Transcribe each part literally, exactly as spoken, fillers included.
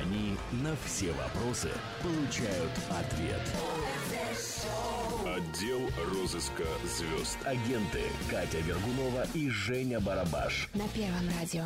Они на все вопросы получают ответ. Отдел розыска звезд. Агенты Катя Вергунова и Женя Барабаш. На Первом радио.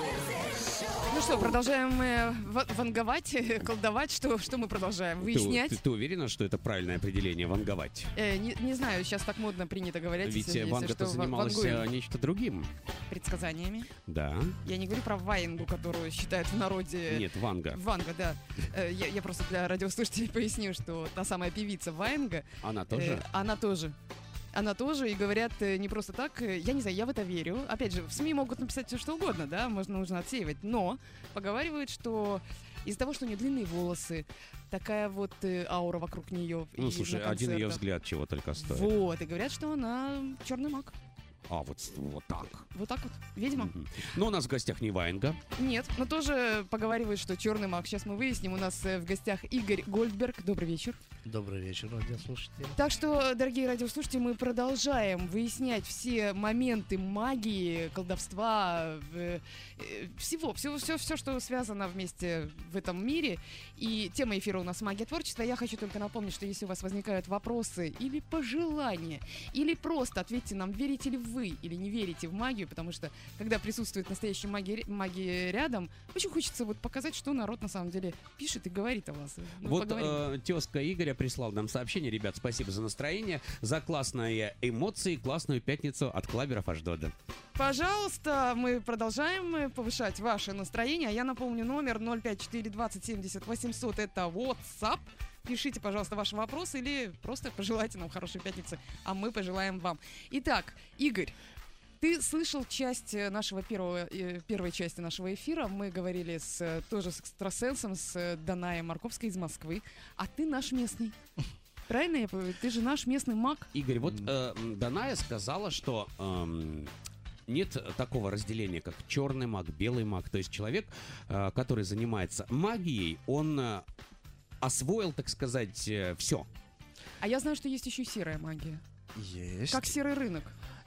Ну что, продолжаем э, ва- ванговать, колдовать? Что, что мы продолжаем? Выяснять? Ты, ты, ты уверена, что это правильное определение ванговать? Э, не, не знаю, сейчас так модно принято говорить. Ведь если, Ванга-то что, занималась вангуем. нечто другим. Предсказаниями. Да. Я не говорю про Ваенгу, которую считают в народе... Нет, Ванга. Ванга, да. Э, Я, я просто для радиослушателей поясню, что та самая певица Ваенга... Она тоже? э, Она тоже. Она тоже, и говорят э, не просто так, э, я не знаю, я в это верю. Опять же, в СМИ могут написать все, что угодно, да, можно, нужно отсеивать, но поговаривают, что из-за того, что у нее длинные волосы, такая вот э, аура вокруг нее. Ну, слушай, один ее взгляд чего только стоит. Вот, и говорят, что она черный маг. А, вот, вот так. Вот так вот, ведьма. Мгм. Но у нас в гостях не Ваенга. Нет, но тоже поговаривают, что черный маг. Сейчас мы выясним. У нас э, в гостях Игорь Гольдберг. Добрый вечер. Добрый вечер, радиослушатели. Так что, дорогие радиослушатели, мы продолжаем выяснять все моменты магии, колдовства, э, э, всего, все, все, все, что связано вместе в этом мире. И тема эфира у нас «Магия творчества». Я хочу только напомнить, что если у вас возникают вопросы или пожелания, или просто ответьте нам, верите ли вы или не верите в магию, потому что, когда присутствует настоящая магия, магия рядом, очень хочется вот показать, что народ на самом деле пишет и говорит о вас. Ну, Вот поговорим. э, тезка Игоря прислал нам сообщение. Ребят, спасибо за настроение, за классные эмоции, классную пятницу от клаберов аж до. Пожалуйста, мы продолжаем повышать ваше настроение. А я напомню, номер ноль пять четыре двадцать семьдесят восемьсот, это WhatsApp. Пишите, пожалуйста, ваши вопросы или просто пожелайте нам хорошей пятницы, а мы пожелаем вам. Итак, Игорь, ты слышал часть нашего первого, э, первой части нашего эфира. Мы говорили с, э, тоже с экстрасенсом, с э, Данаем Марковской из Москвы. А ты наш местный. Правильно я понимаю? Ты же наш местный маг. Игорь, вот э, Даная сказала, что эм, нет такого разделения, как черный маг, белый маг. То есть человек, э, который занимается магией, он э, освоил, так сказать, все. А я знаю, что есть еще серая магия. Есть. Как серый рынок.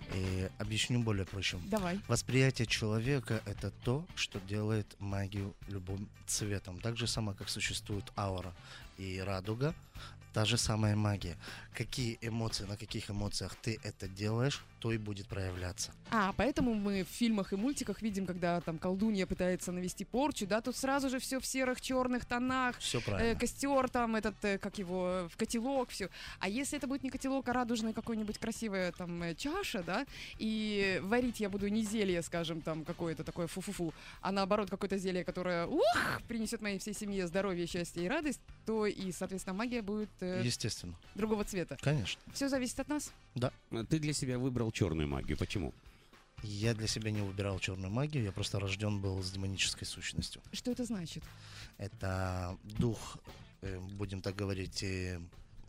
И объясню более проще. Давай. Восприятие человека — это то, что делает магию любым цветом. Так же самое, как существует аура и радуга, та же самая магия. Какие эмоции, на каких эмоциях ты это делаешь, то и будет проявляться. А, поэтому мы в фильмах и мультиках видим, когда там колдунья пытается навести порчу, да, тут сразу же все в серых, черных тонах. Все Э, правильно. костер там, этот, э, как его, в котелок, все. А если это будет не котелок, а радужная какой-нибудь красивая там э, чаша, да, и варить я буду не зелье, скажем, там, какое-то такое фу-фу-фу, а наоборот какое-то зелье, которое, ух, принесет моей всей семье здоровье, счастье и радость, то и, соответственно, магия будет э, Естественно. другого цвета. Конечно. Все зависит от нас. Да. Ты для себя выбрал черную магию. Почему? Я для себя не выбирал черную магию, я просто рожден был с демонической сущностью. Что это значит? Это дух, э, будем так говорить, э,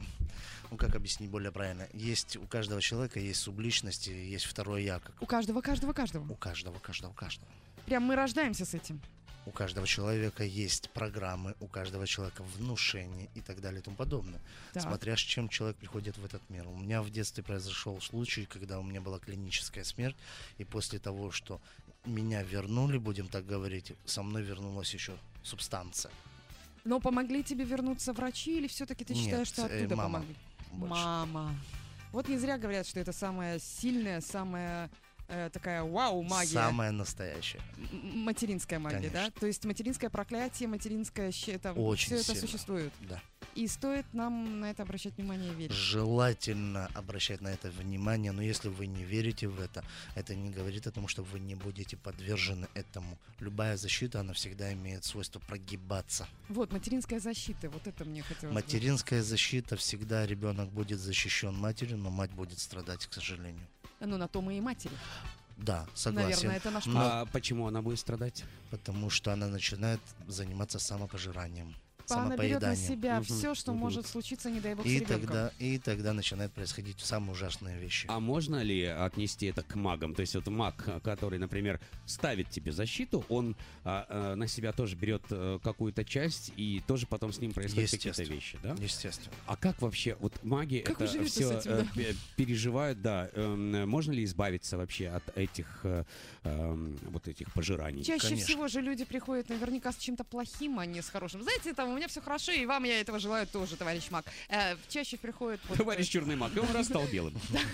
ну как объяснить более правильно. Есть у каждого человека есть субличность, и есть второе я, как У каждого, каждого, каждого. у каждого, каждого, каждого. Прям мы рождаемся с этим. У каждого человека есть программы, у каждого человека внушение и так далее и тому подобное. Так. Смотря с чем человек приходит в этот мир. У меня в детстве произошел случай, когда у меня была клиническая смерть, и после того, что меня вернули, будем так говорить, со мной вернулась еще субстанция. Но помогли тебе вернуться врачи, или все-таки ты Нет, считаешь, что э, оттуда мама помогли? больше. Мама. Вот не зря говорят, что это самая сильная, самая э, такая вау магия. Самая настоящая. М- Материнская магия, Конечно. да? То есть материнское проклятие, материнское щ- там, Очень все это сильно. существует. Да. И стоит нам на это обращать внимание и верить. Желательно обращать на это внимание, но если вы не верите в это, это не говорит о том, что вы не будете подвержены этому. Любая защита, она всегда имеет свойство прогибаться. Вот, материнская защита, вот это мне хотелось бы. Материнская защита, всегда ребенок будет защищен матерью, но мать будет страдать, к сожалению. Ну, на то мы и матери. Да, согласен. Наверное, это наш Но- А почему она будет страдать? Потому что она начинает заниматься самопожиранием. она берет на самопоедание. себя Мгм, все, что мгм. может случиться, не дай бог, с И ребенком. тогда, и тогда начинают происходить самые ужасные вещи. А можно ли отнести это к магам? То есть вот маг, который, например, ставит тебе защиту, он а, а, на себя тоже берет а, какую-то часть, и тоже потом с ним происходят какие-то Естественно. вещи, да? Естественно. А как вообще, вот маги Как вы это живете все с этим, да? переживают, да? Эм, можно ли избавиться вообще от этих э, эм, вот этих пожираний? Чаще Конечно. всего же люди приходят наверняка с чем-то плохим, а не с хорошим. Знаете, там у меня все хорошо, и вам я этого желаю тоже, товарищ Мак. Э, чаще приходят... вот, Товарищ черный маг, и он раз стал белым.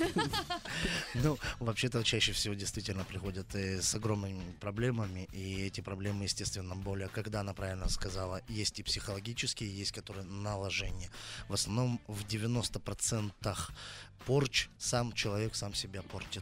Ну, вообще-то чаще всего действительно приходят э, с огромными проблемами, и эти проблемы, естественно, более, когда она правильно сказала, есть и психологические, есть которые наложения. В основном в девяноста процентах порч сам человек сам себя портит.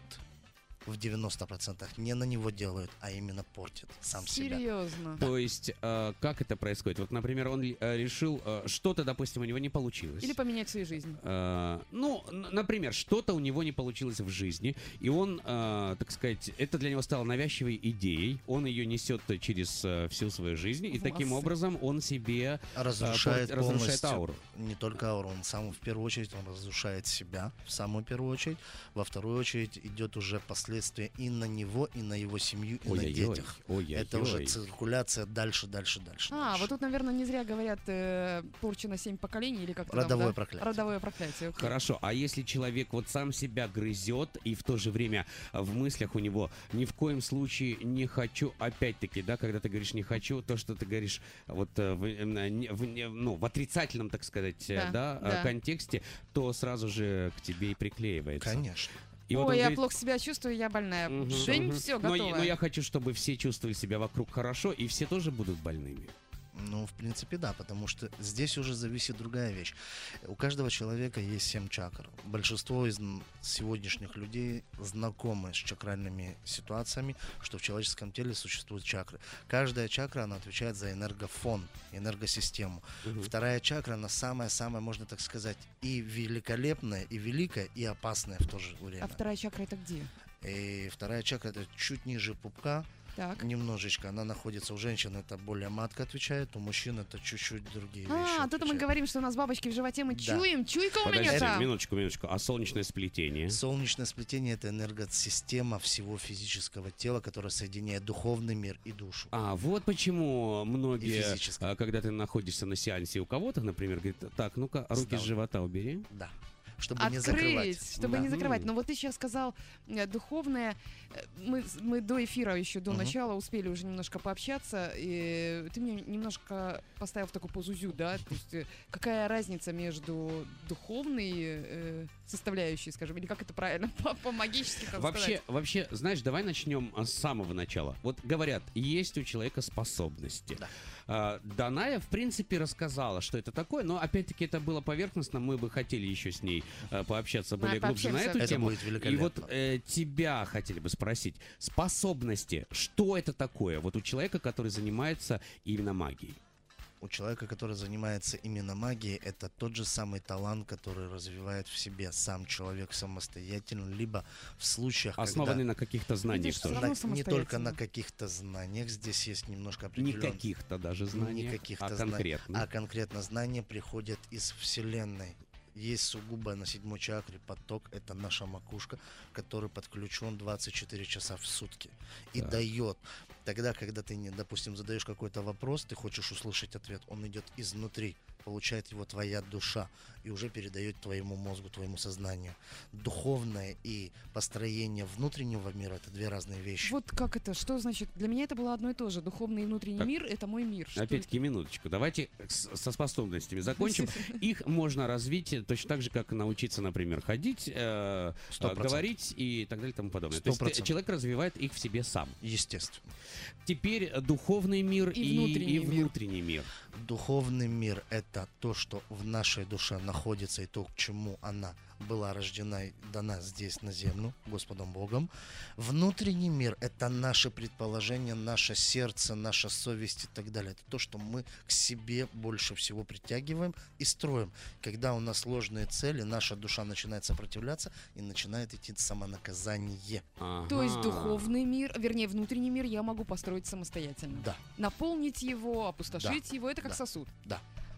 В девяноста процентах не на него делают, а именно портит сам себя. Серьезно. То есть, э, как это происходит? Вот, например, он э, решил, э, что-то, допустим, у него не получилось. Или поменять свою жизнь. Э, ну, н- например, что-то у него не получилось в жизни, и он, э, так сказать, это для него стало навязчивой идеей, он ее несет через э, всю свою жизнь, и В таким массы. образом он себе э, Разрушает пор- разрушает полностью. ауру. Не только ауру, он сам в первую очередь он разрушает себя, в самую первую очередь. Во вторую очередь идет уже последствия и на него, и на его семью, и на Ой-ой-ой, детях. ой-ой-ой. Это уже циркуляция дальше, дальше, дальше. А, дальше. вот тут, наверное, не зря говорят э, порча на семь поколений или как-то там, Родовое да? проклятие. Родовое проклятие, окей. Хорошо, а если человек вот сам себя грызет, и в то же время э, в мыслях у него ни в коем случае не хочу, опять-таки, да, когда ты говоришь не хочу, то, что ты говоришь вот э, в, э, не- в не- ну, в отрицательном, так сказать, э, Да, да, э, да. контексте, то сразу же к тебе и приклеивается. Конечно. И вот Ой, он я говорит, плохо себя чувствую, я больная. «Мгм, Жень, мгм. все, но, готово. но я хочу, чтобы все чувствовали себя вокруг хорошо, и все тоже будут больными. Ну, в принципе, да, потому что здесь уже зависит другая вещь. У каждого человека есть семь чакр. Большинство из н- сегодняшних людей знакомы с чакральными ситуациями, что в человеческом теле существуют чакры. Каждая чакра, она отвечает за энергофон, энергосистему. Мгм. Вторая чакра, она самая-самая, можно так сказать, и великолепная, и великая, и опасная в то же время. А вторая чакра это где? И вторая чакра, это чуть ниже пупка, Так. немножечко. Она находится у женщин, это более матка отвечает, у мужчин это чуть-чуть другие вещи. А, тут мы отвечают. говорим, что у нас бабочки в животе, мы Да. чуем, чуйка у меня Подожди, там. минуточку, минуточку. А солнечное сплетение? Солнечное сплетение — это энергосистема всего физического тела, которая соединяет духовный мир и душу. А, вот почему И многие, физическое. а, когда ты находишься на сеансе у кого-то, например, говорит, так, ну-ка, руки Встал. с живота убери. Да. Чтобы не закрывать. Открыть, чтобы Да. не закрывать. М. Но вот ты сейчас сказал э, духовное. Э, Мы, с- мы до эфира еще, до Мгм. начала успели уже немножко пообщаться. И ты мне немножко поставил в такую позу зю, да? То есть э, какая разница между духовной э, составляющей, скажем, или как это правильно по- по-магически там Вообще, сказать? вообще, знаешь, давай начнем а, с самого начала. Вот говорят, есть у человека способности. Да. А, Даная, в принципе, рассказала, что это такое, но опять-таки это было поверхностно. Мы бы хотели еще с ней а, пообщаться более глубже на пообщаемся. эту Это тему. будет И великолепно. вот э, тебя хотели бы спросить, способности, что это такое? Вот у человека, который занимается именно магией. У человека, который занимается именно магией, это тот же самый талант, который развивает в себе сам человек самостоятельно, либо в случаях, Основанный когда на каких-то знаниях Видишь, всё тоже. равно на- не только самостоятельно. на каких-то знаниях, здесь есть немножко Не определенных. каких-то даже знаний, Не каких-то а зна- конкретно. А конкретно знания приходят из Вселенной. Есть сугубо на седьмой чакре поток, это наша макушка, который подключен двадцать четыре часа в сутки. И Так. дает. Тогда, когда ты, не, допустим, задаешь какой-то вопрос, ты хочешь услышать ответ, он идет изнутри, получает его твоя душа и уже передает твоему мозгу, твоему сознанию. Духовное и построение внутреннего мира — это две разные вещи. Вот как это? Что значит? Для меня это было одно и то же. Духовный и внутренний Так. мир — это мой мир. Что Опять-таки, минуточку. Давайте с- со способностями закончим. Их можно развить э, точно так же, как научиться, например, ходить, э, Сто э, процентов. говорить и так далее и тому подобное. Сто То есть э, процентов. человек развивает их в себе сам. Естественно. Теперь э, духовный мир И и, внутренний и мир. внутренний мир. Духовный мир — это то, что в нашей душе находится, и то, к чему она была рождена и дана здесь, на землю, Господом Богом. Внутренний мир — это наши предположения, наше сердце, наша совесть и так далее. Это то, что мы к себе больше всего притягиваем и строим. Когда у нас сложные цели, наша душа начинает сопротивляться и начинает идти самонаказание. То есть Ага. духовный мир, вернее, внутренний мир я могу построить самостоятельно. Да, Наполнить его, опустошить его, это как Да. сосуд. да.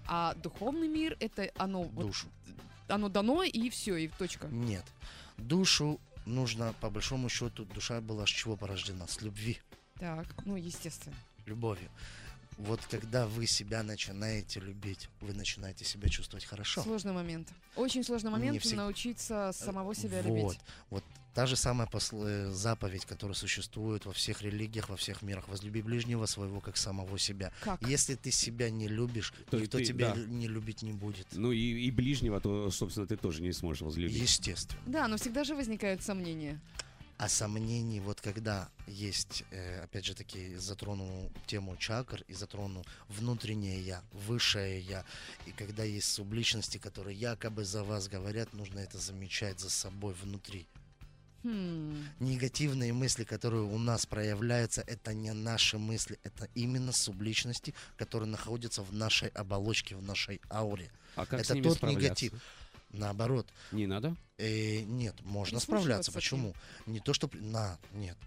А духовный мир — это оно, вот, Душу. оно дано, и все, и точка. Нет. Душу нужно, по большому счету, душа была с чего порождена? С любви, Так, ну, естественно. любовью. Вот когда вы себя начинаете любить, вы начинаете себя чувствовать хорошо. Сложный момент. Очень сложный момент Не всег- научиться самого себя вот, любить. вот та же самая посл- э, заповедь, которая существует во всех религиях, во всех мирах. Возлюби ближнего своего, как самого себя. Как? Если ты себя не любишь, То никто ты- тебя да. лю- не любить не будет. Ну и, и ближнего, то, собственно, ты тоже не сможешь возлюбить. Естественно. Да, но всегда же возникают сомнения. А сомнений, вот когда есть, э, опять же таки, затрону тему чакр и затрону внутреннее я, высшее я, и когда есть субличности, которые якобы за вас говорят, нужно это замечать за собой внутри. Хм. Негативные мысли, которые у нас проявляются, это не наши мысли, это именно субличности, которые находятся в нашей оболочке, в нашей ауре. А как с это ними тот справляться? негатив. Наоборот, Не надо? Э, нет, можно Прислушиваться справляться. к ним. Почему? Не то, что... при- На, нет.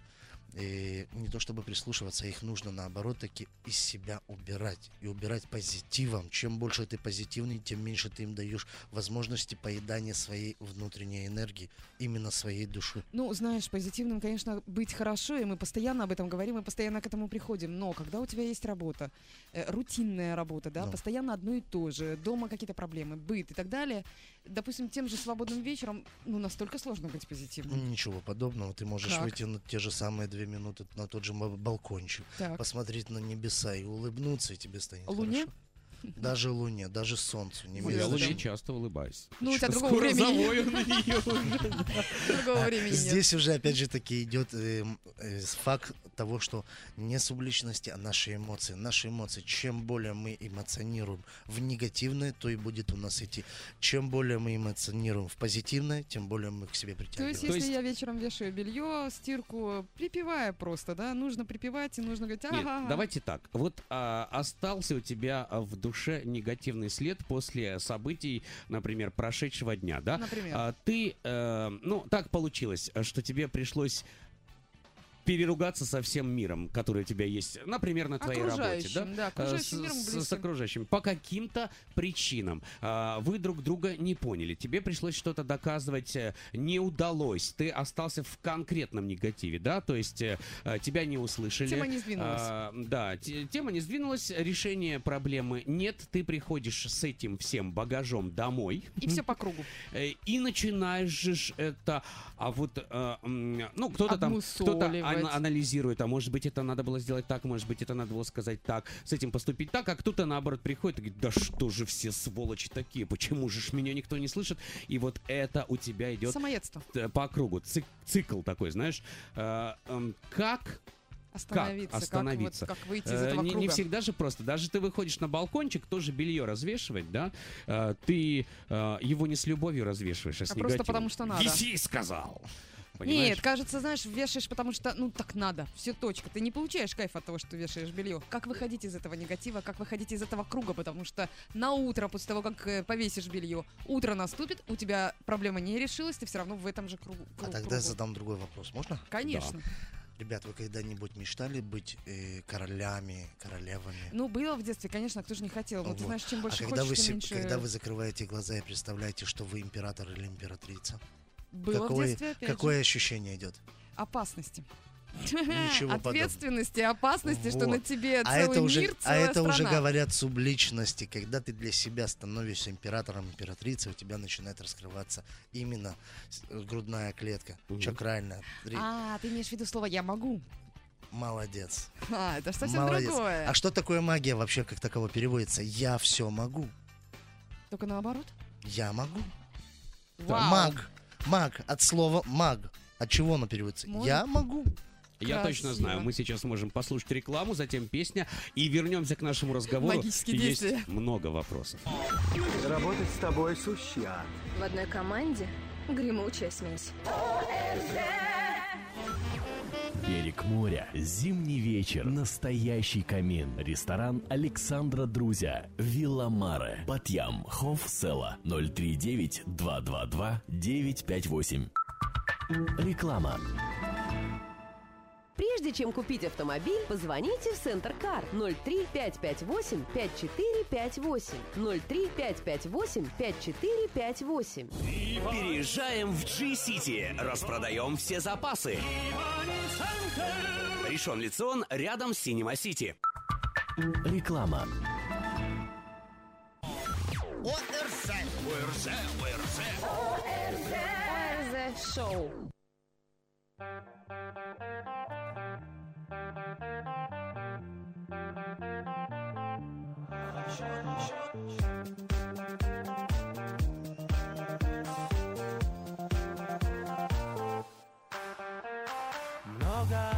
Э, не то, чтобы прислушиваться, их нужно, наоборот, таки из себя убирать. И убирать позитивом. Чем больше ты позитивный, тем меньше ты им даешь возможности поедания своей внутренней энергии, именно своей души. Ну, знаешь, позитивным, конечно, быть хорошо, и мы постоянно об этом говорим, и постоянно к этому приходим. Но когда у тебя есть работа, э, рутинная работа, да, Ну. постоянно одно и то же, дома какие-то проблемы, быт и так далее, допустим, тем же свободным вечером, ну, настолько сложно быть позитивным. Ничего подобного. Ты можешь Как? выйти на те же самые две минуты на тот же ма- балкончик, Так. посмотреть на небеса и улыбнуться, и тебе станет Луне? хорошо. Даже Луне, даже Солнцу. Не Ой, Я имеет Луне значения. часто улыбаюсь. Ну, у тебя Что другого скоро времени. завою на нее уже. Другого времени нет. Здесь уже, опять же таки, идет э, э, факт того, что не субличности, а наши эмоции. Наши эмоции, чем более мы эмоционируем в негативное, то и будет у нас идти. Чем более мы эмоционируем в позитивное, тем более мы к себе То есть, притягиваем. если есть- я вечером вешаю белье, стирку, припевая просто, да, нужно припевать и нужно говорить, Нет, ага. давайте так. Вот а, остался у тебя а, в душе негативный след после событий, например, прошедшего дня, да? Например. А, ты, э, ну, так получилось, что тебе пришлось переругаться со всем миром, который у тебя есть, например, на твоей работе, да? Окружающим, да, Э, окружающим с, миром с- с близким. окружающим. По каким-то причинам а, вы друг друга не поняли. Тебе пришлось что-то доказывать, э, не удалось. Ты остался в конкретном негативе, да? То есть э, э, тебя не услышали. Тема не сдвинулась. А, да, те- тема не сдвинулась, решения проблемы нет. Ты приходишь с этим всем багажом домой. И все по кругу. Э, И начинаешь же ж это, а вот, э, м, ну, кто-то там, кто-то Обмусоливать. ан- анализирует, а может быть, это надо было сделать так, может быть, это надо было сказать так, с этим поступить так, а кто-то, наоборот, приходит и говорит, да что же все сволочи такие, почему же ж меня никто не слышит? И вот это у тебя идет Самоедство. э, по кругу, цик- цикл такой, знаешь. Э, эм, Как Остановиться. Как, Остановиться? вот, как выйти из Э, этого не, круга. не всегда же просто. Даже ты выходишь на балкончик, тоже белье развешивать, да? Э, ты э, его не с любовью развешиваешь, а с А просто негативом. потому что надо. Виси, сказал! Понимаешь? Нет, кажется, знаешь, вешаешь, потому что, ну, так надо. Все, точка. Ты не получаешь кайф от того, что вешаешь белье. Как выходить из этого негатива, как выходить из этого круга, потому что на утро, после того, как э, повесишь белье, утро наступит, у тебя проблема не решилась, ты все равно в этом же кругу. А кру- тогда кругу. задам другой вопрос. Можно? Конечно. Ребят, вы когда-нибудь мечтали быть э, королями, королевами? Ну, было в детстве, конечно, кто же не хотел. Но ты Вот. знаешь, чем А больше когда вы, хочешь, се- тем меньше... когда вы закрываете глаза и представляете, что вы император или императрица, Было какое, в детстве, опять какое же. ощущение идет? Опасности. Ничего подобного. Ответственности, опасности, что Вот. на тебе А целый это уже, мир, а целая это уже страна. говорят субличности. Когда ты для себя становишься императором, императрицей, у тебя начинает раскрываться именно с- грудная клетка, Мгм. чакральная. Ри- А, ты имеешь в виду слово «я могу». Молодец. А, это ж совсем Молодец. другое. А что такое магия вообще как таково переводится? Я все могу. Только наоборот. Я могу. Вау. Маг. Маг. От слова маг. От чего оно переводится? Может. Я могу. Я точно Красиво. знаю. Мы сейчас можем послушать рекламу, затем песня, и вернемся к нашему разговору. Магические Есть действия. много вопросов. Работать с тобой сущий ад. В одной команде гремучая смесь. Берег моря, зимний вечер, настоящий камин. Ресторан Александра Друзя, Вилла Маре, Батьям, Хофф Села, ноль три девять два два два девять пять восемь. Реклама. Прежде Прежде чем купить автомобиль, позвоните в Центр Кар ноль три пять пять восемь пять четыре пять восемь ноль три пять пять восемь пять четыре пять восемь. Переезжаем в G-City. Распродаем все запасы. Ришон Лицион рядом с Синема Сити. Реклама. ОРЗ. ОРЗ. ОРЗ. ОРЗ Шоу. Много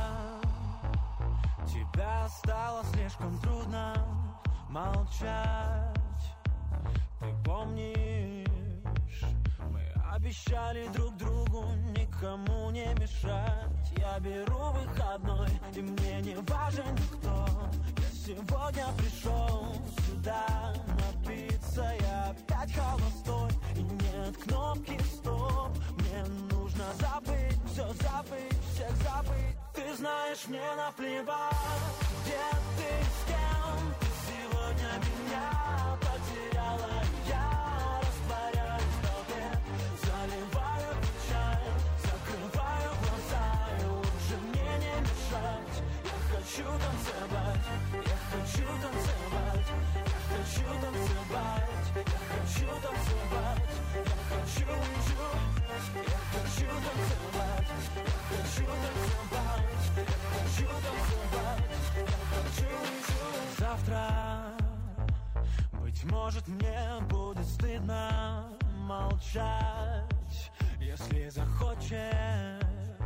тебя стало слишком трудно молчать. Ты помнишь, мы обещали друг другу никому не мешать. Я беру выходной, и мне не важен никто. Я сегодня пришел сюда напиться. Я опять холостой, и нет кнопки стоп. Мне нужно забыть, все забыть, всех забыть. Ты знаешь, мне наплевать, где ты, с кем. Ты сегодня меня потеряла. Я растворяюсь в толпе, заливаю печаль, закрываю глаза, и лучше мне не мешать. Я хочу танцевать, я хочу танцевать, я хочу танцевать, я хочу танцевать, я хочу, хочу, я хочу танцевать, я хочу танцевать, я хочу танцевать, я хочу, хочу. Завтра, быть может, мне будет стыдно молчать, если захочешь.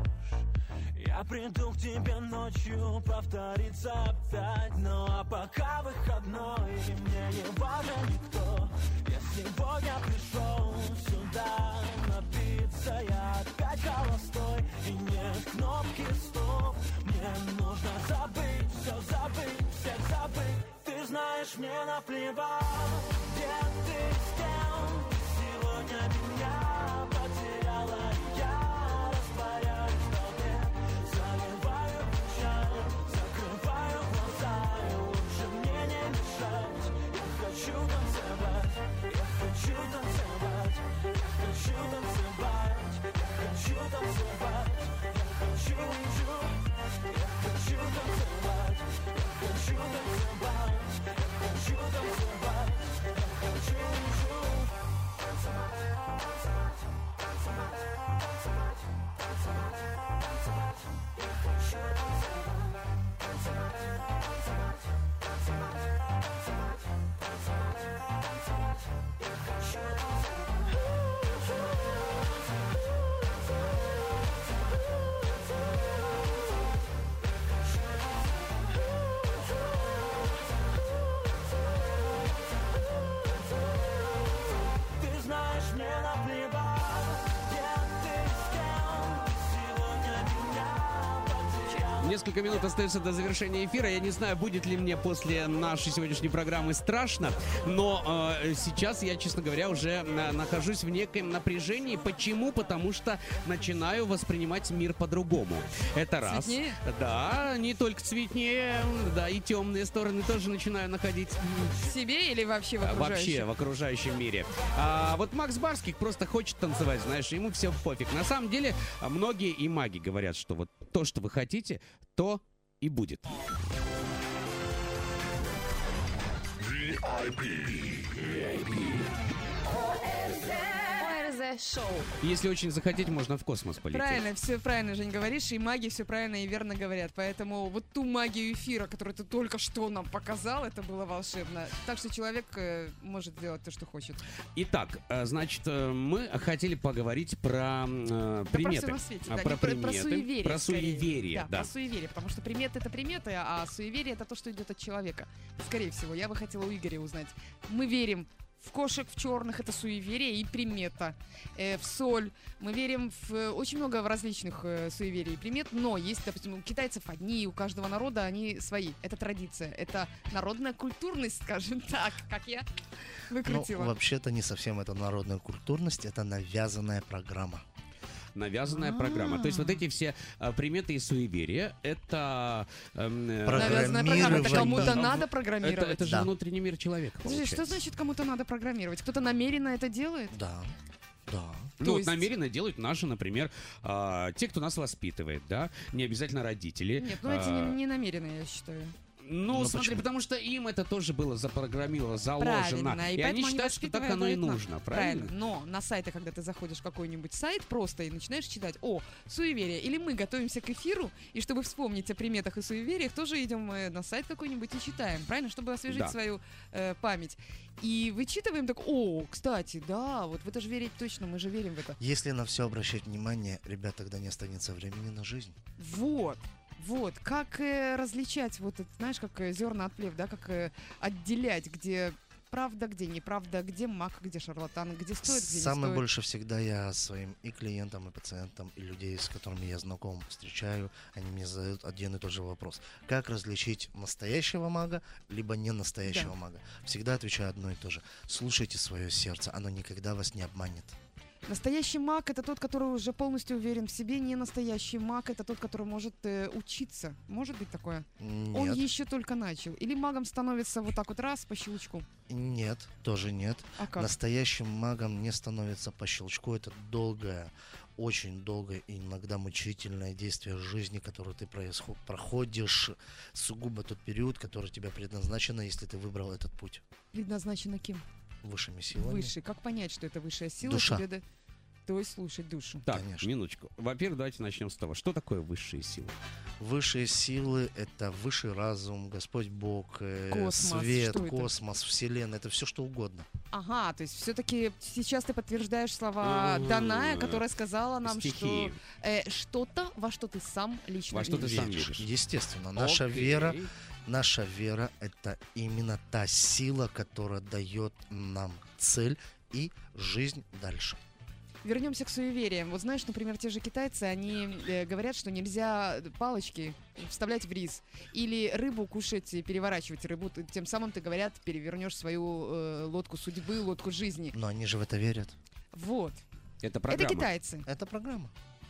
Я приду к тебе ночью, повторится опять. Ну а пока выходной, и мне не важен никто. Я сегодня пришел сюда напиться. Я опять холостой, и нет кнопки стоп. Мне нужно забыть, все забыть, всех забыть. Ты знаешь, мне наплевать, где ты, с кем. Сегодня меня потеряла. Я растворяюсь в толпе, заливаю печаль, закрываю глаза, и лучше мне не мешать. Я хочу танцевать, я хочу танцевать, я хочу танцевать, я хочу танцевать, я хочу, хочу, я хочу танцевать, я хочу танцевать, я хочу танцевать, я хочу, хочу. Ты знаешь, мне наплевать, где ты, с кем. Сегодня меня потерял. Несколько минут остается до завершения эфира. Я не знаю, будет ли мне после нашей сегодняшней программы страшно, но э, сейчас я, честно говоря, уже э, нахожусь в некоем напряжении. Почему? Потому что начинаю воспринимать мир по-другому. Это раз. Цветнее? Да, не только цветнее, да, и темные стороны тоже начинаю находить. В себе или вообще в окружающем? Вообще в окружающем мире. А вот Макс Барских просто хочет танцевать, знаешь, ему все пофиг. На самом деле, многие и маги говорят, что вот то, что вы хотите, то и будет. ви ай пи. ОРЗ Шоу. Если очень захотеть, можно в космос полететь. Правильно, все правильно, Жень, говоришь, и маги все правильно и верно говорят. Поэтому вот ту магию эфира, которую ты только что нам показал, это было волшебно. Так что человек э, может сделать то, что хочет. Итак, э, значит, э, мы хотели поговорить про э, Да, приметы. про всё на свете, А, да, про не про, про приметы, суеверие. про скорее. суеверие, да, да. про суеверие, потому что приметы — это приметы, а суеверие — это то, что идет от человека. Скорее всего, я бы хотела у Игоря узнать. Мы верим в кошек, в черных — это суеверие и примета. Э, в соль. Мы верим в э, очень много в различных э, суеверий и примет, но есть, допустим, у китайцев одни, у каждого народа они свои. Это традиция, это народная культурность, скажем так, как я выкрутила. Ну, вообще-то не совсем это народная культурность, это навязанная программа. навязанная программа. То есть вот эти все а, приметы и суеверия, это... эм, э, Навязанная программа. Это кому-то Да. надо программировать. Это, это же Да. внутренний мир человека, Подожди, получается. что значит кому-то надо программировать? Кто-то намеренно это делает? Да, да. Ну, То вот есть- намеренно делают наши, например, а, те, кто нас воспитывает, да, не обязательно родители. Нет, ну эти А, не, не намеренно, я считаю. Ну, Ну, смотри, почему? потому что им это тоже было запрограммировано, заложено. Правильно, и, И, они поэтому считают, что так воспитывая оно и говорят, нужно, правильно? Но на сайте, когда ты заходишь в какой-нибудь сайт просто и начинаешь читать, о, суеверие, или мы готовимся к эфиру, и чтобы вспомнить о приметах и суевериях, тоже идем э, на сайт какой-нибудь и читаем, правильно? Чтобы освежить Да. свою э, память. И вычитываем так, о, кстати, да, вот в это же верить точно, мы же верим в это. Если на все обращать внимание, ребят, тогда не останется времени на жизнь. Вот. Вот, как э, различать, вот, это, знаешь, как э, зерна от плев, да, как э, отделять, где правда, где неправда, где маг, где шарлатан, где стоит, где не Самое стоит. больше всегда я своим и клиентам, и пациентам, и людей, с которыми я знаком, встречаю, они мне задают один и тот же вопрос. Как различить настоящего мага, либо не настоящего Да. мага? Всегда отвечаю одно и то же. Слушайте свое сердце, оно никогда вас не обманет. Настоящий маг — это тот, который уже полностью уверен в себе. Не настоящий маг — это тот, который может э, учиться. Может быть такое? Он Нет, еще только начал. Или магом становится вот так вот раз по щелчку. нет, тоже нет. А как? Настоящим магом не становится по щелчку. Это долгое, очень долгое и иногда мучительное действие жизни, которое ты происход- проходишь, сугубо тот период, который тебе предназначено, если ты выбрал этот путь Предназначено кем? высшими силами. Высший. Как понять, что это высшая сила? Душа. Тебе да- То есть слушать душу. Так, Конечно. минуточку. Во-первых, давайте начнем с того, что такое высшие силы. Высшие силы — это высший разум, Господь Бог, э, Космос. свет, Что это? космос, Вселенная. Это все что угодно. Ага, то есть все-таки сейчас ты подтверждаешь слова М, Даная, которая сказала нам, стихии. что э, что-то, во что ты сам лично Во что ты веришь. сам веришь. Естественно, наша Окей. вера, наша вера — это именно та сила, которая дает нам цель и жизнь дальше. Вернемся к суевериям. Вот знаешь, например, те же китайцы, они э, говорят, что нельзя палочки вставлять в рис. Или рыбу кушать и переворачивать рыбу. Ты- Тем самым, ты, говорят, перевернешь свою э, лодку судьбы, лодку жизни. Но они же в это верят. Вот. Это Это программа. китайцы. Это программа.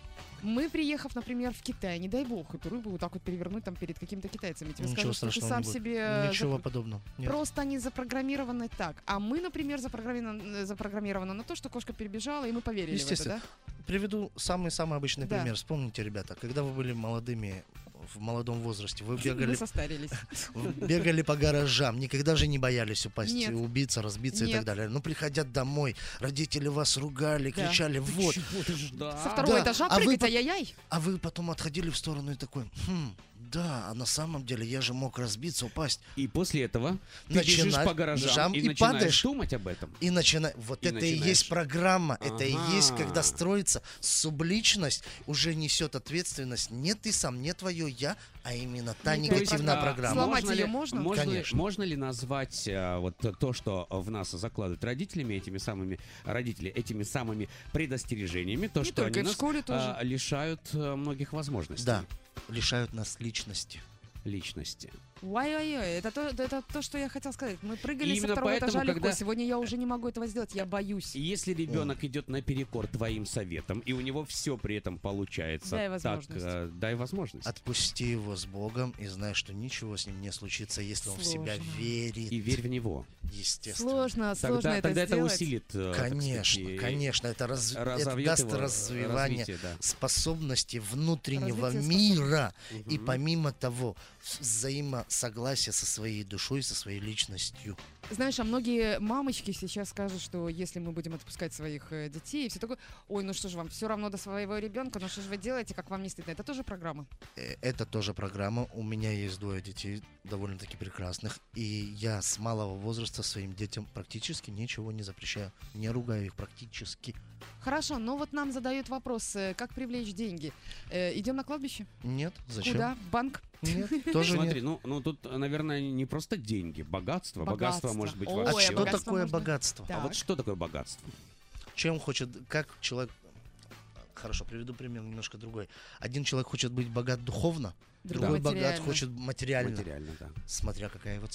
Мы, приехав, например, в Китай, не дай бог, эту рыбу вот так вот перевернуть там перед какими-то китайцами. Тебе Ничего скажут, что ты страшного сам не будет. себе... э, Ничего запро- подобного. Нет. Просто они запрограммированы так. А мы, например, запрограммированы, запрограммированы на то, что кошка перебежала, и мы поверили в это, Естественно. да? Приведу самый-самый обычный Да. пример. Вспомните, ребята, когда вы были молодыми, в молодом возрасте, вы Мы бегали, состарились. бегали по гаражам, никогда же не боялись упасть, Нет. убиться, разбиться и Нет. так далее. Но приходя домой, родители вас ругали, Да. кричали, вот. Чего ты ж- да. Со второго Да, этажа а вы прыгать, по- ай-яй-яй. А вы потом отходили в сторону и такой, хм, да, а на самом деле я же мог разбиться, упасть. И после этого ты Начинать бежишь по гаражам жам и, и начинаешь падаешь. думать об этом. И начина... Вот И это и начинаешь. есть программа, это и есть, Ага. когда строится субличность, уже несет ответственность не ты сам, не твое я, а именно та Некая негативная программа. программа. Сломать можно её ли, можно? Можно ли, Конечно. можно ли назвать а, вот то, что в нас закладывают родителями, этими самыми родители, этими самыми предостережениями, то, Не что только, они и в нас школе тоже. а, лишают а, многих возможностей Да, лишают нас личности. личности. Ой-ой-ой, это то, это то, что я хотела сказать. Мы прыгали И со именно второго поэтому, этажа легко. когда- Сегодня я уже не могу этого сделать, я боюсь. И если ребенок идет наперекор твоим советам, и у него все при этом получается, Дай так, возможность. э, дай возможность. Отпусти его с Богом и знай, что ничего с ним не случится, если он в себя Сложно. верит. И верь в него. Естественно. Сложно, сложно Тогда, это тогда это сделать. усилит. э, так Конечно, сказать, и конечно, это, раз... это разовьет даст его развивание развитие, да. способности внутреннего Развитие мира. И Мгм. помимо того, с- взаимосогласие со своей душой, со своей личностью. Знаешь, а многие мамочки сейчас скажут, что если мы будем отпускать своих э, детей, и все такое, ой, ну что же вам, все равно до своего ребенка, ну что же вы делаете, как вам не стыдно? Это тоже программа. Э, Это тоже программа. У меня есть двое детей, довольно-таки прекрасных. И я с малого возраста своим детям практически ничего не запрещаю. Не ругаю их практически. Хорошо, но вот нам задают вопрос, э, как привлечь деньги. Э, идем на кладбище? Нет, зачем? Куда? В банк? Нет, тоже Смотри, нет. ну, ну тут, наверное, не просто деньги, богатство. Богатство, Богатство. может быть Ой, А вообще. что богатство такое можно- богатство? А вот что такое богатство? Чем хочет, как человек... Хорошо, приведу пример немножко другой. Один человек хочет быть богат духовно, Другой другой богат материально. хочет материально. Материально, да. Смотря какая его цель.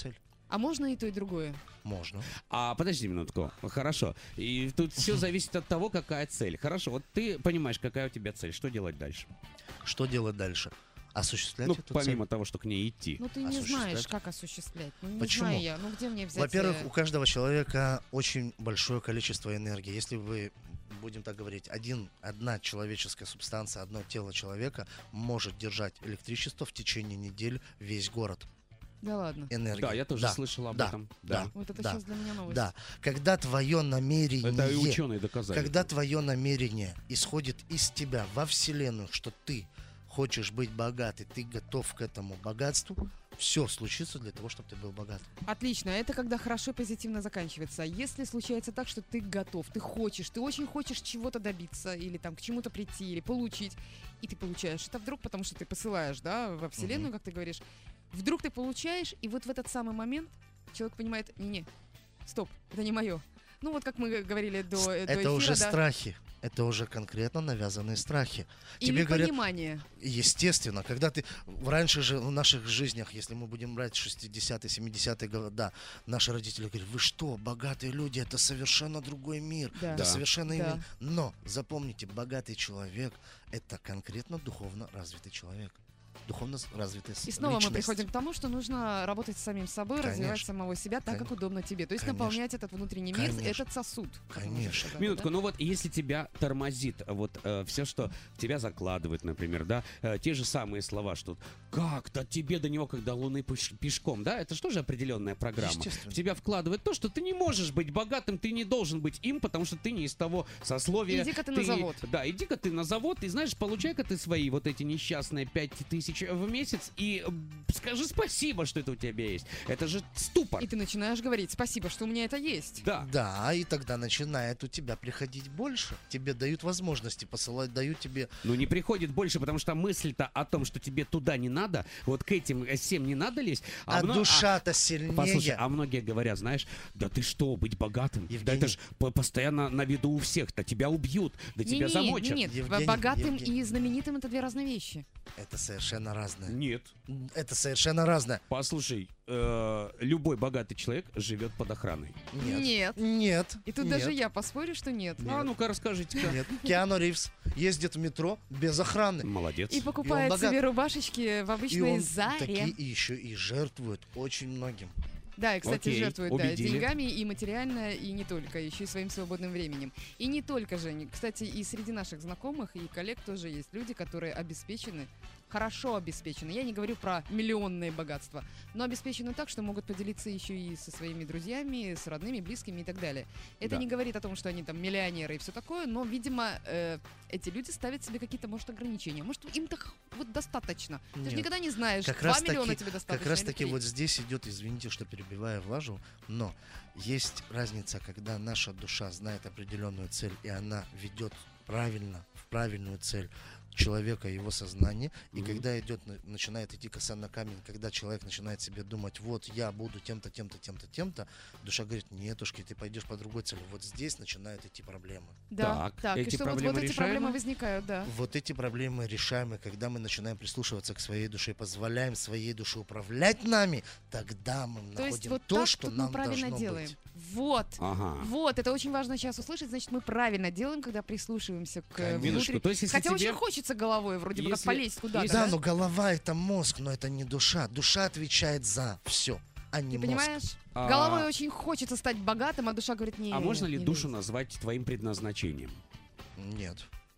А можно и то, и другое? Можно. А подожди минутку. Хорошо. И тут все зависит от того, какая цель. Хорошо, вот ты понимаешь, какая у тебя цель. Что делать дальше? Что делать дальше? Осуществлять Ну, эту помимо цель. того, что к ней идти. Ну, ты не знаешь, как осуществлять. Ну, не Почему? знаю я. Ну, где мне взять... Во-первых, э, у каждого человека очень большое количество энергии. Если вы, будем так говорить, один, одна человеческая субстанция, одно тело человека может держать электричество в течение недели весь город. Да ладно. Энергия. Да, я тоже Да, слышал об да, этом. Да. Да. Вот это да, сейчас для меня новость. Да. Когда твое намерение... Это и ученые доказали. Когда твое намерение исходит из тебя во Вселенную, что ты хочешь быть богатый, ты готов к этому богатству, все случится для того, чтобы ты был богат. Отлично, это когда хорошо и позитивно заканчивается. Если случается так, что ты готов, ты хочешь, ты очень хочешь чего-то добиться, или там к чему-то прийти, или получить, и ты получаешь это вдруг, потому что ты посылаешь, да, во Вселенную, Мгм. как ты говоришь, вдруг ты получаешь, и вот в этот самый момент человек понимает, не-не, стоп, это не мое. Ну вот как мы говорили до, э, до Это эфира, уже да. страхи. Это уже конкретно навязанные страхи. Или Тебе говорят, понимание. естественно, когда ты... Раньше же в наших жизнях, если мы будем брать шестидесятые, семидесятые годы, наши родители говорят, вы что, богатые люди, это совершенно другой мир. Да. Это Да. совершенно Да. иной. Но запомните, богатый человек — это конкретно духовно развитый человек. Духовно развитая И снова личность. мы приходим к тому, что нужно работать с самим собой, Конечно. развивать самого себя так, как Кон- удобно тебе. То есть Конечно. наполнять этот внутренний мир, Конечно. этот сосуд. как можно Конечно. сказать, Минутку, да? ну вот если тебя тормозит вот все, что в тебя закладывает, например, да, э, те же самые слова, что как-то тебе до него, когда луны пеш- пешком, да, это же тоже определенная программа. Естественно. В тебя вкладывает то, что ты не можешь быть богатым, ты не должен быть им, потому что ты не из того сословия. Иди-ка ты на завод. Да, иди-ка ты на завод, и знаешь, получай-ка ты свои вот эти несчастные пять тысяч в месяц, и э, скажи спасибо, что это у тебя есть. Это же ступор. И ты начинаешь говорить, спасибо, что у меня это есть. Да. Да, и тогда начинает у тебя приходить больше. Тебе дают возможности посылать, дают тебе... Ну, не приходит больше, потому что мысль-то о том, что тебе туда не надо, вот к этим э, всем не надо лезть. А, мно- душа-то сильнее. Послушай, а многие говорят, знаешь, да ты что, быть богатым? Да Евгений. это ж по- постоянно на виду у всех, да тебя убьют, да тебя Не-не, замочат. Нет, Евгений, богатым Евгений. и знаменитым это две разные вещи. Это совершенно разное. Нет. Это совершенно разное. Послушай, э, любой богатый человек живет под охраной. Нет. Нет. Нет. И тут нет, даже я поспорю, что нет. А ну-ка расскажите-ка. Нет. Киану Ривз ездит в метро без охраны. Молодец. И покупает богат. себе рубашечки в И обычной он Заре. такие и еще и жертвует очень многим. Да, и, кстати, Окей, жертвует да, убедили. деньгами и материально, и не только, еще и своим свободным временем. И не только, Женя. Кстати, и среди наших знакомых и коллег тоже есть люди, которые обеспечены, хорошо обеспечены. Я не говорю про миллионные богатства, но обеспечены так, что могут поделиться еще и со своими друзьями, с родными, близкими и так далее. Это Да. не говорит о том, что они там миллионеры и все такое, но, видимо, э, эти люди ставят себе какие-то, может, ограничения. Может, им так вот достаточно. Ты же Нет. никогда не знаешь, Как два раз миллиона таки- тебе достаточно Как раз или таки три. вот здесь идет, извините, что перебиваю, влажу, но есть разница, когда наша душа знает определенную цель, и она ведет правильно, в правильную цель человека, его сознание, и Мгм. когда идет, на- начинает идти коса на камень, когда человек начинает себе думать, вот я буду тем-то, тем-то, тем-то, тем-то, душа говорит, нетушки, ты пойдешь по другой цели. Вот здесь начинают идти проблемы. Да, Так, так, и эти что вот, проблемы вот эти решаемы? проблемы возникают, да. Вот эти проблемы решаемы, когда мы начинаем прислушиваться к своей душе, позволяем своей душе управлять нами, тогда мы То есть находим вот то, так что тут нам мы правильно должно делаем. быть. Вот. Ага. Вот, это очень важно сейчас услышать, значит, мы правильно делаем, когда прислушиваемся к э, Минуточку, внутри- то есть если Хотя тебе- очень хочется головой вроде бы как Если- полезть куда-то. если- Да, да? но голова это мозг, но это не душа. Душа отвечает за все, а не Ты мозг. понимаешь? А- Головой очень хочется стать богатым, а душа говорит, не. А можно ли не душу лезь. назвать твоим предназначением? Нет,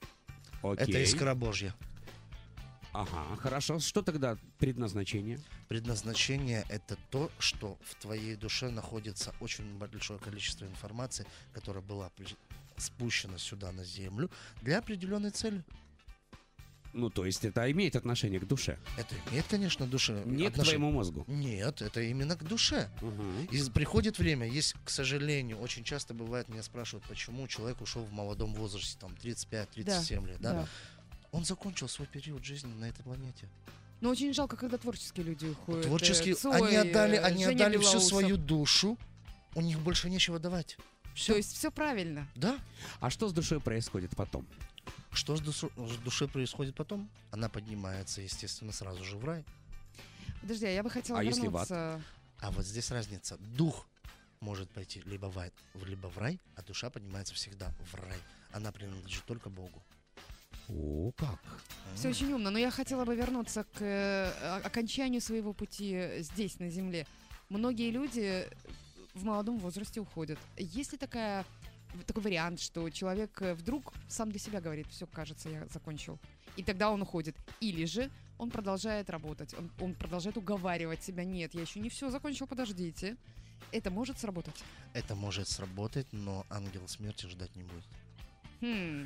Окей. это искра Божья. Ага, хорошо. Что тогда предназначение? Предназначение это то, что в твоей душе находится очень большое количество информации, которая была при- спущена сюда на землю для определенной цели. Ну, то есть это имеет отношение к душе. Это имеет, конечно, душе. Не к отношение. твоему мозгу. Нет, это именно к душе. Мгм. И приходит время, есть, к сожалению, очень часто бывает, меня спрашивают, почему человек ушел в молодом возрасте, там, тридцать пять тридцать семь лет, да? Да. Он закончил свой период жизни на этой планете. Но очень жалко, когда творческие люди уходят. Творческие, Э, Цой, они отдали, э, они Женя отдали всю Белоусов. свою душу, у них больше нечего давать. Все. То есть все правильно. Да. А что с душой происходит потом? Что с, душу- с душой происходит потом? Она поднимается, естественно, сразу же в рай. Подожди, а я бы хотела А если в ад? вернуться. А вот здесь разница. Дух может пойти либо в, ад, либо в рай, а душа поднимается всегда в рай. Она принадлежит только Богу. О, как? Все очень умно, но я хотела бы вернуться к э, окончанию своего пути здесь, на Земле. Многие люди в молодом возрасте уходят. Есть ли такая, такой вариант, что человек вдруг сам для себя говорит: все, кажется, я закончил, и тогда он уходит? Или же он продолжает работать, он, он продолжает уговаривать себя: нет, я еще не все закончил, подождите. Это может сработать? Это может сработать, но ангел смерти ждать не будет. Хм.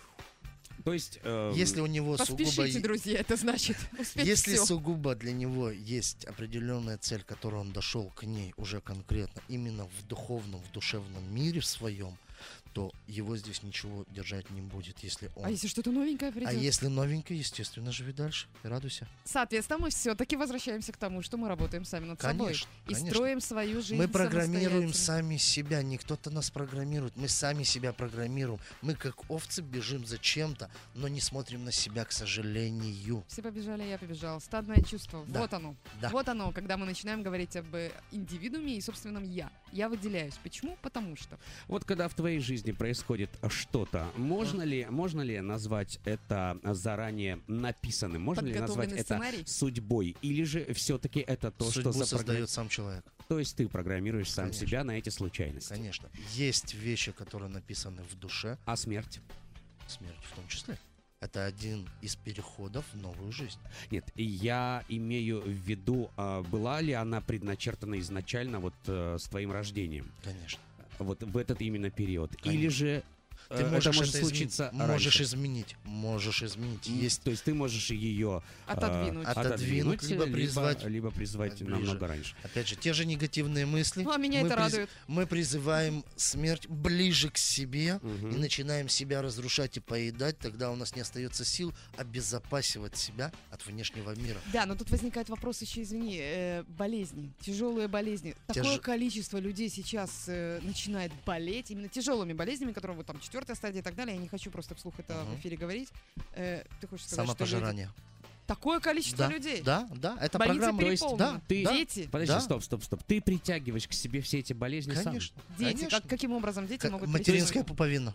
То есть... Э, если у него Поспешите, сугубо... друзья, это значит успеть Если всё. сугубо для него есть определенная цель, к которой он дошел к ней уже конкретно, именно в духовном, в душевном мире своем, то его здесь ничего держать не будет, если он... А если что-то новенькое придет? А если новенькое, естественно, живи дальше и радуйся. Соответственно, мы все-таки возвращаемся к тому, что мы работаем сами над Конечно, собой. И конечно. строим свою жизнь Мы программируем самостоятельно. сами себя, не кто-то нас программирует, мы сами себя программируем. Мы как овцы бежим за чем-то, но не смотрим на себя, к сожалению. Все побежали, я побежал. Стадное чувство. Да. Вот оно. Да. Вот оно, когда мы начинаем говорить об э, индивидууме и собственном я. Я выделяюсь. Почему? Потому что. Вот когда в твоей жизни происходит что-то, можно ли, можно ли назвать это заранее написанным? Можно ли назвать это сценарий? судьбой? Или же все-таки это то, Судьбу что создает сам человек. То есть ты программируешь сам Конечно. себя на эти случайности? Конечно. Есть вещи, которые написаны в душе. А смерть? Смерть в том числе. Это один из переходов в новую жизнь. Нет, я имею в виду, а, была ли она предначертана изначально вот э, с твоим рождением? Конечно. Вот в этот именно период. Конечно. Или же Ты э, можешь это может это случиться изменить. Можешь раньше? изменить. Можешь изменить. М, Есть То есть ты можешь ее э, Отодвинуть. Отодвинуть, либо призвать либо призвать ближе. намного раньше. Опять же, те же негативные мысли. Ну, а меня мы это приз- радует. Мы призываем смерть ближе к себе Мгм. и начинаем себя разрушать и поедать. Тогда у нас не остается сил обезопасивать себя от внешнего мира. Да, но тут возникает вопрос еще, извини, э, болезни, тяжелые болезни. Те Такое же- количество людей сейчас э, начинает болеть именно тяжелыми болезнями, которые вот там четвертая стадия и так далее. Я не хочу просто вслух это Мгм. в эфире говорить. Э, ты хочешь сказать, что люди... Самопожирание. Такое количество Да, людей. да, да, это Больницы программа. То есть, переполнены. да, ты- да. Дети, Подожди, Да. стоп, стоп, стоп. Ты притягиваешь к себе все эти болезни сам? Конечно. дети. конечно. Как, каким образом дети Как- могут материнская притянуть? пуповина.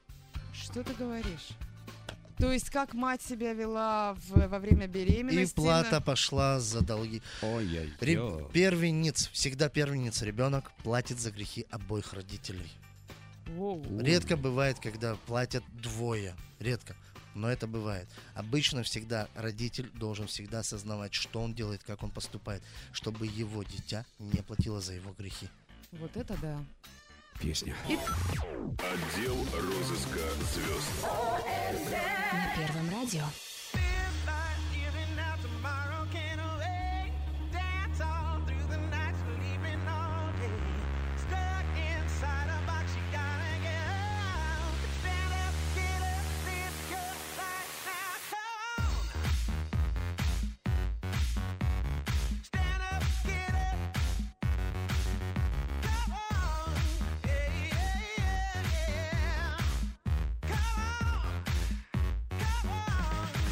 Что ты говоришь? То есть как мать себя вела в- во время И беременности? плата пошла за долги. Ой-ой-ой. Ре- Первенец, всегда первенец, ребенок платит за грехи обоих родителей. Воу. Редко бывает, когда платят двое. Редко. Но это бывает. Обычно всегда родитель должен всегда осознавать, что он делает, как он поступает, чтобы его дитя не платило за его грехи. Вот это да. Песня. Отдел розыска звезд. На Первом радио. Come on, come on.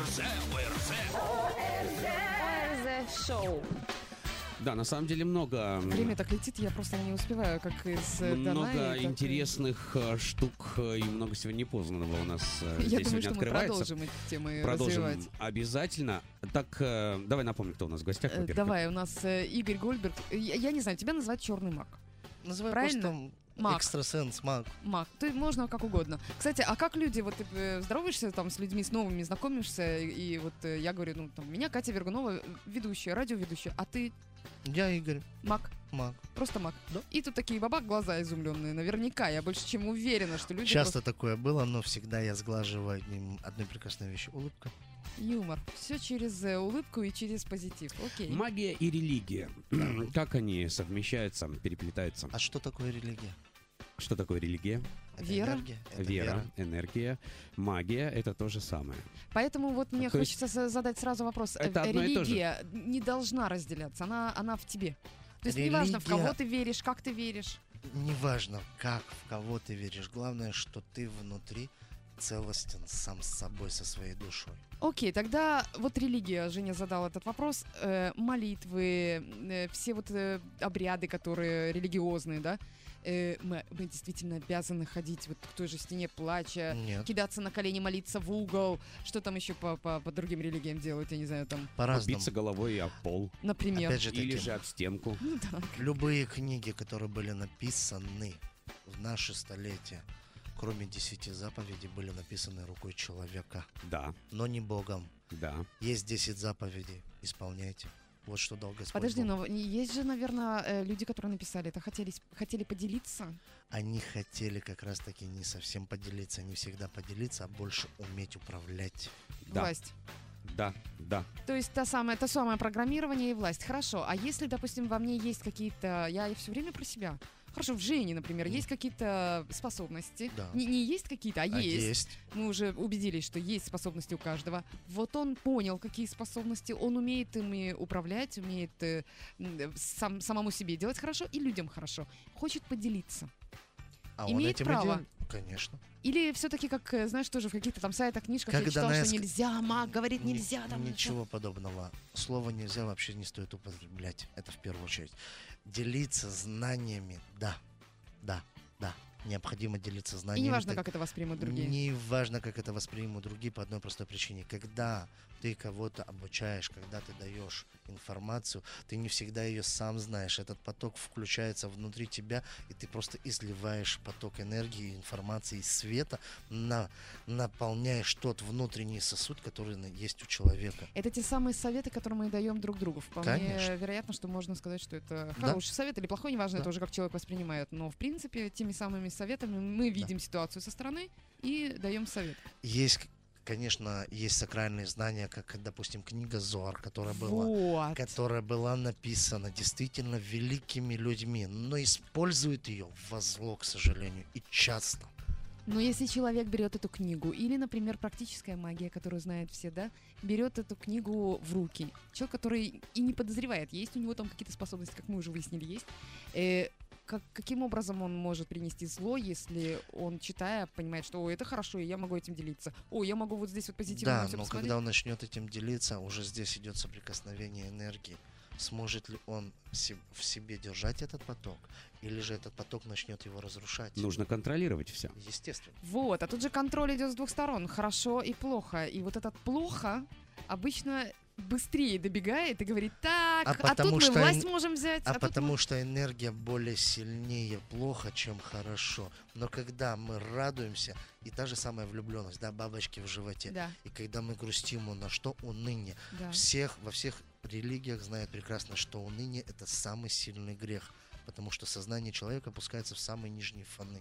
ОРЗ, ОРЗ. ОРЗ Шоу. Да, на самом деле много... м, Время так летит, я просто не успеваю, как из э, Много Данаи, так и- интересных э, штук э, и много всего непознанного у нас э, Я здесь думаю, сегодня что мы открывается. продолжим эти темы Продолжим развивать. обязательно. Так, э, давай напомним, кто у нас в гостях. Э, во-первых. Давай, у нас э, Игорь Гольберг. Я, я не знаю, тебя называют черный маг. Называй Правильно? просто Маг. экстрасенс, маг. Маг. То есть можно как угодно. Кстати, а как люди, вот ты э, здороваешься там с людьми, с новыми знакомишься, и, и вот э, я говорю, ну, там, меня Катя Вергунова, ведущая, радиоведущая, а ты Я Игорь, маг. маг. Просто маг. Да. И тут такие бабак, глаза изумленные. Наверняка, я больше чем уверена, что люди Часто такое было, но всегда я сглаживаю одним, одной прекрасной вещью. Улыбка. просто... Юмор. Все через э, улыбку и через позитив. Окей. Магия и религия. Как они совмещаются, переплетаются? А что такое религия? Что такое религия? Это Вера. энергия. Это Вера, энергия, магия — это то же самое. Поэтому вот мне То есть хочется за- задать сразу вопрос. Э, это одно и то же. Религия не должна разделяться, она, она в тебе. То есть неважно, в Религия- кого ты веришь, как ты веришь. Неважно, как, в кого ты веришь. Главное, что ты внутри целостен сам с собой, со своей душой. Окей, тогда вот религия, Женя задал этот вопрос. Э, молитвы, э, все вот э, обряды, которые религиозные, да? Э, мы, мы действительно обязаны ходить вот к той же стене плача, Нет, кидаться на колени, молиться в угол. Что там еще по, по, по другим религиям делают, я не знаю, там, по-разному. Биться головой о пол например. Опять же или таки, же об стенку. Ну да. любые книги, которые были написаны в наше столетие, кроме десяти заповедей, были написаны рукой человека, Да, но не Богом. да. Есть десять заповедей, исполняйте. Вот что дал Господь Подожди, Бог. но есть же, наверное, люди, которые написали это, хотели, хотели поделиться. Они хотели как раз-таки не совсем поделиться, не всегда поделиться, а больше уметь управлять. Да. Власть. Да, да. То есть та самая, то самое программирование и власть. Хорошо, а если, допустим, во мне есть какие-то... Я все время про себя. Хорошо, в Жене, например, Мгм. есть какие-то способности. Да. Не, не есть какие-то, а, А есть. есть. Мы уже убедились, что есть способности у каждого. Вот он понял, какие способности, он умеет ими управлять, умеет э, м, сам, самому себе делать хорошо и людям хорошо. Хочет поделиться. А он Имеет этим и право. делает. Конечно. Или все-таки, как, э, знаешь, тоже в каких-то там сайтах, книжках я Когда читала, что Найск- нельзя, маг говорит Ни- нельзя. Там, Ничего подобного. Слово нельзя вообще не стоит употреблять. Это в первую очередь. Делиться знаниями, да. Да, да. Необходимо делиться И знаниями. неважно, Так- как это воспримут другие. Не важно, как это воспримут другие, по одной простой причине. Когда ты кого-то обучаешь, когда ты даешь информацию, ты не всегда ее сам знаешь. Этот поток включается внутри тебя, и ты просто изливаешь поток энергии, информации, света, на, наполняешь тот внутренний сосуд, который на- есть у человека. Это те самые советы, которые мы даем друг другу. Вполне Конечно. вероятно, что можно сказать, что это Да. хороший совет или плохой, неважно, Да. это уже как человек воспринимает. Но, в принципе, теми самыми советами мы видим ситуацию со стороны и даем совет. Есть, к- конечно, есть сакральные знания, как, допустим, книга Зоар, которая была Вот. которая была написана действительно великими людьми, но используют ее во зло, к сожалению, и часто. Но если человек берет эту книгу, или, например, практическая магия, которую знают все, да, берет эту книгу в руки, человек, который и не подозревает, есть у него там какие-то способности, как мы уже выяснили, есть, э, как, каким образом он может принести зло, если он, читая, понимает, что «О, это хорошо, и я могу этим делиться», «О, я могу вот здесь вот позитивно Да, на всё но посмотреть». когда он начнет этим делиться, уже здесь идет соприкосновение энергии. Сможет ли он се- в себе держать этот поток, или же этот поток начнет его разрушать? Нужно контролировать все. Естественно. Вот, а тут же контроль идет с двух сторон, хорошо и плохо. И вот этот плохо обычно быстрее добегает и говорит, так, А а, потому тут что мы власть эн- можем взять. А тут потому мы- что энергия более сильнее плохо, чем хорошо. Но когда мы радуемся, и та же самая влюбленность, да, бабочки в животе, Да, и когда мы грустим, на что уныние. да. Всех, во всех религиях знают прекрасно, что уныние – это самый сильный грех, потому что сознание человека опускается в самые нижние фоны.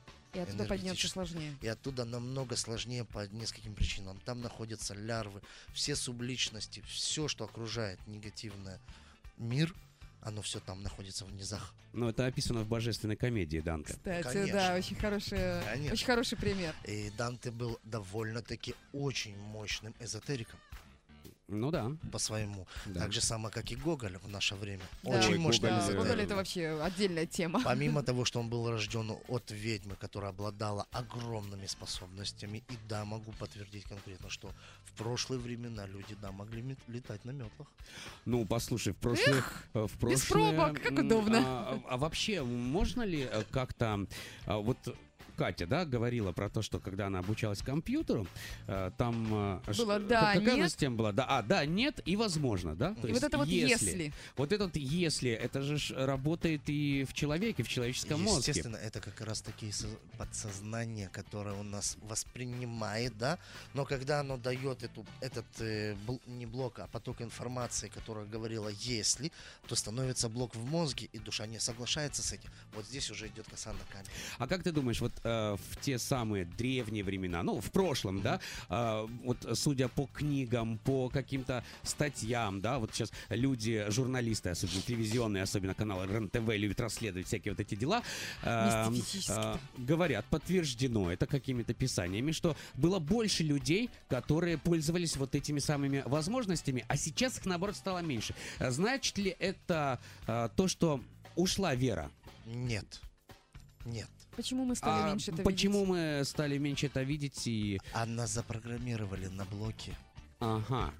И оттуда подняться энергетически. сложнее. И оттуда намного сложнее по нескольким причинам. Там находятся лярвы, все субличности, все, что окружает негативное мир, оно все там находится в низах. Но это описано в божественной комедии Данте. Кстати, Конечно. да, очень хороший, Конечно. очень хороший пример. И Данте был довольно-таки очень мощным эзотериком. Ну да. По-своему. Да. Так же самое, как и Гоголь в наше время. Да, Очень Ой, мощно. Гоголь, Да, э, Гоголь это вообще отдельная тема. Помимо того, что он был рожден от ведьмы, которая обладала огромными способностями, и да, могу подтвердить конкретно, что в прошлые времена люди, да, могли мет- летать на метлах. Ну, послушай, в прошлые... э, в без прошлые, пробок, как м, удобно. А, а вообще, можно ли э, как-то... а, вот Катя, да, говорила про то, что когда она обучалась компьютеру, э, там... э, Было ш- да, какая у нет. нас тема была? Да, а, да, нет и возможно, да? То И есть вот это вот если. Вот этот «если», это же ж работает и в человеке, в человеческом мозге. Естественно, это как раз такие со- подсознание, которое у нас воспринимает, да, но когда оно дает эту, этот, э, бл- не блок, а поток информации, которая говорила «если», то становится блок в мозге, и душа не соглашается с этим. Вот здесь уже идет коса на камень. А как ты думаешь, вот э, в те самые древние времена, ну, в прошлом, да, э, вот судя по книгам, по каким-то статьям, да, вот сейчас люди, журналисты, особенно телевизионные, особенно каналы РЕН-ТВ любят расследовать всякие вот эти дела, э, э, говорят, подтверждено это какими-то писаниями, что было больше людей, которые пользовались вот этими самыми возможностями, а сейчас их, наоборот, стало меньше. Значит ли это э, то, что ушла вера? Нет. Нет. Почему мы стали А меньше это почему видеть? мы стали меньше это видеть и... А нас запрограммировали на блоки. Ага.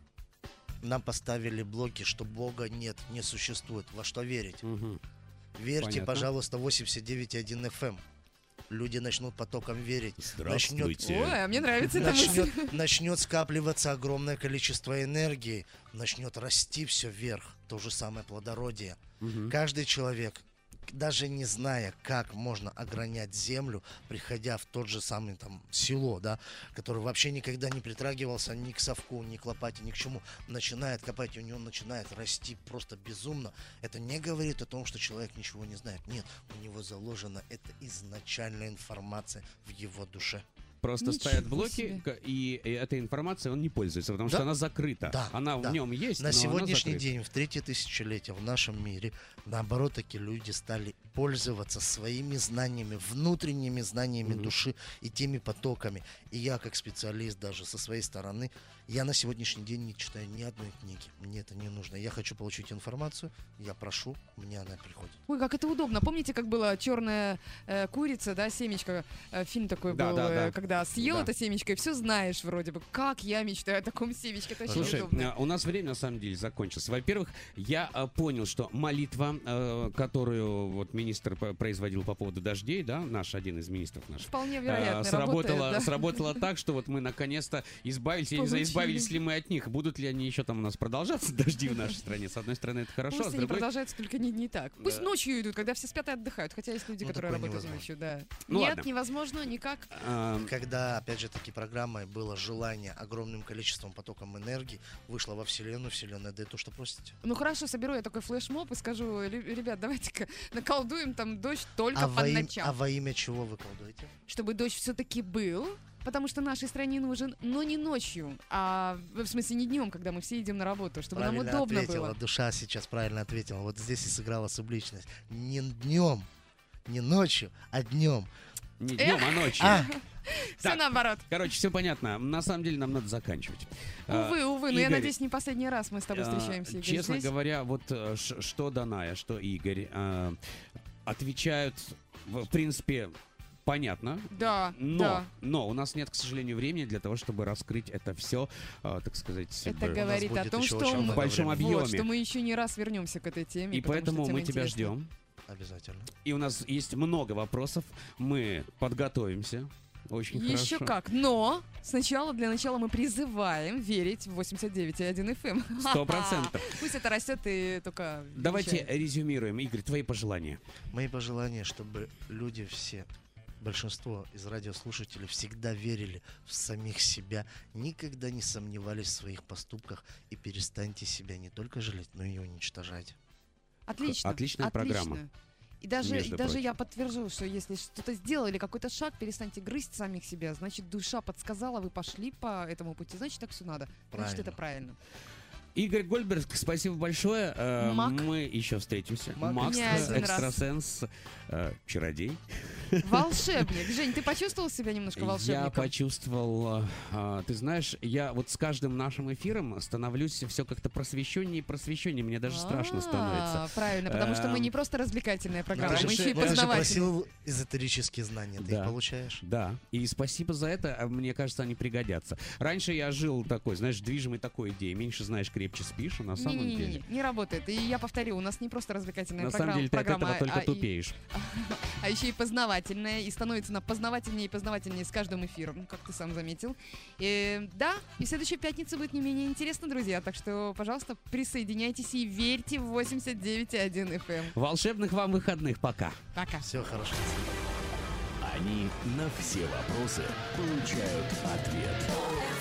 Нам поставили блоки, что Бога нет, не существует. Во что верить? Угу. Верьте, Понятно. пожалуйста, восемьдесят девять и один эф эм. Люди начнут потоком верить. Здравствуйте. Ой, а мне нравится эта мысль. Начнет, начнет скапливаться огромное количество энергии. Начнет расти все вверх. То же самое плодородие. Мгм. Каждый человек, даже не зная, как можно огранять землю, приходя в тот же самый там село, да, который вообще никогда не притрагивался ни к совку, ни к лопате, ни к чему, начинает копать, и у него начинает расти просто безумно. Это не говорит о том, что человек ничего не знает. Нет, у него заложена эта изначальная информация в его душе. Просто Ничего стоят блоки, себе. к- и, и этой информацией он не пользуется, потому Да. что она закрыта. Да, Она да. в нем есть, На но она сегодняшний закрыта. день, в третье тысячелетие в нашем мире, наоборот, такие люди стали пользоваться своими знаниями, внутренними знаниями Мгм. души и теми потоками. И я, как специалист, даже со своей стороны, я на сегодняшний день не читаю ни одной книги. Мне это не нужно. Я хочу получить информацию, я прошу, мне она приходит. Ой, как это удобно. Помните, как была черная э, курица, да, семечко? Э, фильм такой Да, был, да, э, да. когда съел Да. это семечко, и все знаешь вроде бы. Как я мечтаю о таком семечке. Это очень Слушай, удобно. а, у нас время на самом деле закончилось. Во-первых, я а, понял, что молитва, а, которую вот министр п- производил по поводу дождей, да, наш один из министров наших, Вполне а, вероятно, сработала, работает, да. сработала так, что вот мы наконец-то избавились, я не знаю, Получили. избавились ли мы от них, будут ли они еще там у нас продолжаться, дожди в нашей стране. С одной стороны, это хорошо, а Пусть с они другой... продолжаются, только не, не так. Пусть Да. ночью идут, когда все спят и отдыхают. Хотя есть люди, Ну, которые такое работают невозможно. ночью, да. Ну, Нет, ладно. невозможно, никак. а, Когда, опять же, таки программой было желание огромным количеством потоком энергии, вышло во Вселенную, Вселенная дает то, что просите. Ну хорошо, соберу я такой флешмоб и скажу, «Ре- ребят, давайте-ка наколдуем там дождь только А по во, им- ночам. а во имя чего вы колдуете? Чтобы дождь все-таки был, потому что нашей стране нужен, но не ночью, а в смысле не днем, когда мы все идем на работу, чтобы Правильно нам удобно ответила, было. душа сейчас правильно ответила. Вот здесь и сыграла субличность. Не днем, не ночью, а днем. не днем, а ночью. А, Все Так. наоборот. Короче, все понятно. На самом деле нам надо заканчивать. А, Увы, увы, но я Игорь, надеюсь, не последний раз мы с тобой а, встречаемся, Игорь, Честно здесь. говоря, вот э, ш- что Даная, что Игорь а, отвечают, в в принципе, понятно. Да, Но, да. но у нас нет, к сожалению, времени для того, чтобы раскрыть это все, так сказать, Это в- говорит о будет том, еще что очень мы, в много большом времени. вот, объеме. что мы еще не раз вернемся к этой теме. И потому что поэтому тема мы тебя интересная. ждем. обязательно. И у нас есть много вопросов. Мы подготовимся. Очень Еще хорошо. как. Но сначала, для начала мы призываем верить в восемьдесят девять и один эф эм. Сто процентов. Пусть это растет и только Давайте величает. резюмируем. Игорь, твои пожелания. Мои пожелания, чтобы люди все, большинство из радиослушателей всегда верили в самих себя, никогда не сомневались в своих поступках и перестаньте себя не только жалеть, но и уничтожать. Отлично. Отличная программа. И даже, и между даже прочим. я подтвержу, что если что-то сделали, какой-то шаг, перестаньте грызть самих себя. Значит, душа подсказала, вы пошли по этому пути, значит, так все надо. Значит, Правильно. это правильно. Игорь Гольдберг, спасибо большое. Э, Мак. Мы еще встретимся. Мак. Макс, Не один раз. экстрасенс, э, чародей. Волшебник. Жень, ты почувствовал себя немножко волшебником? Я почувствовал, а, ты знаешь, я вот с каждым нашим эфиром становлюсь все как-то просвещеннее и просвещеннее. Мне даже страшно становится. Правильно, потому что мы не просто развлекательная программа, мы еще и Я же познавательная. просил эзотерические знания, ты их получаешь? Да, и спасибо за это, мне кажется, они пригодятся. Раньше я жил такой, знаешь, движимой такой идеей. Меньше знаешь, крепче спишь, а на самом не, не, деле... Не, не работает. И я повторю, у нас не просто развлекательная На программа, самом деле ты от программа, этого только а, тупеешь. И, а еще и познавательная, и становится она познавательнее и познавательнее с каждым эфиром, как ты сам заметил. И, да, и следующая пятница будет не менее интересна, друзья, так что, пожалуйста, присоединяйтесь и верьте в восемьдесят девять и один эф эм. Волшебных вам выходных, пока. Пока. Всего хорошего. Они на все вопросы получают ответ.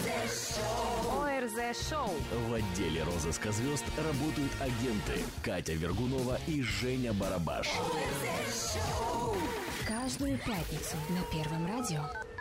ОРЗ-шоу. В отделе розыска звезд работают агенты Катя Вергунова и Женя Барабаш. Каждую пятницу на Первом радио.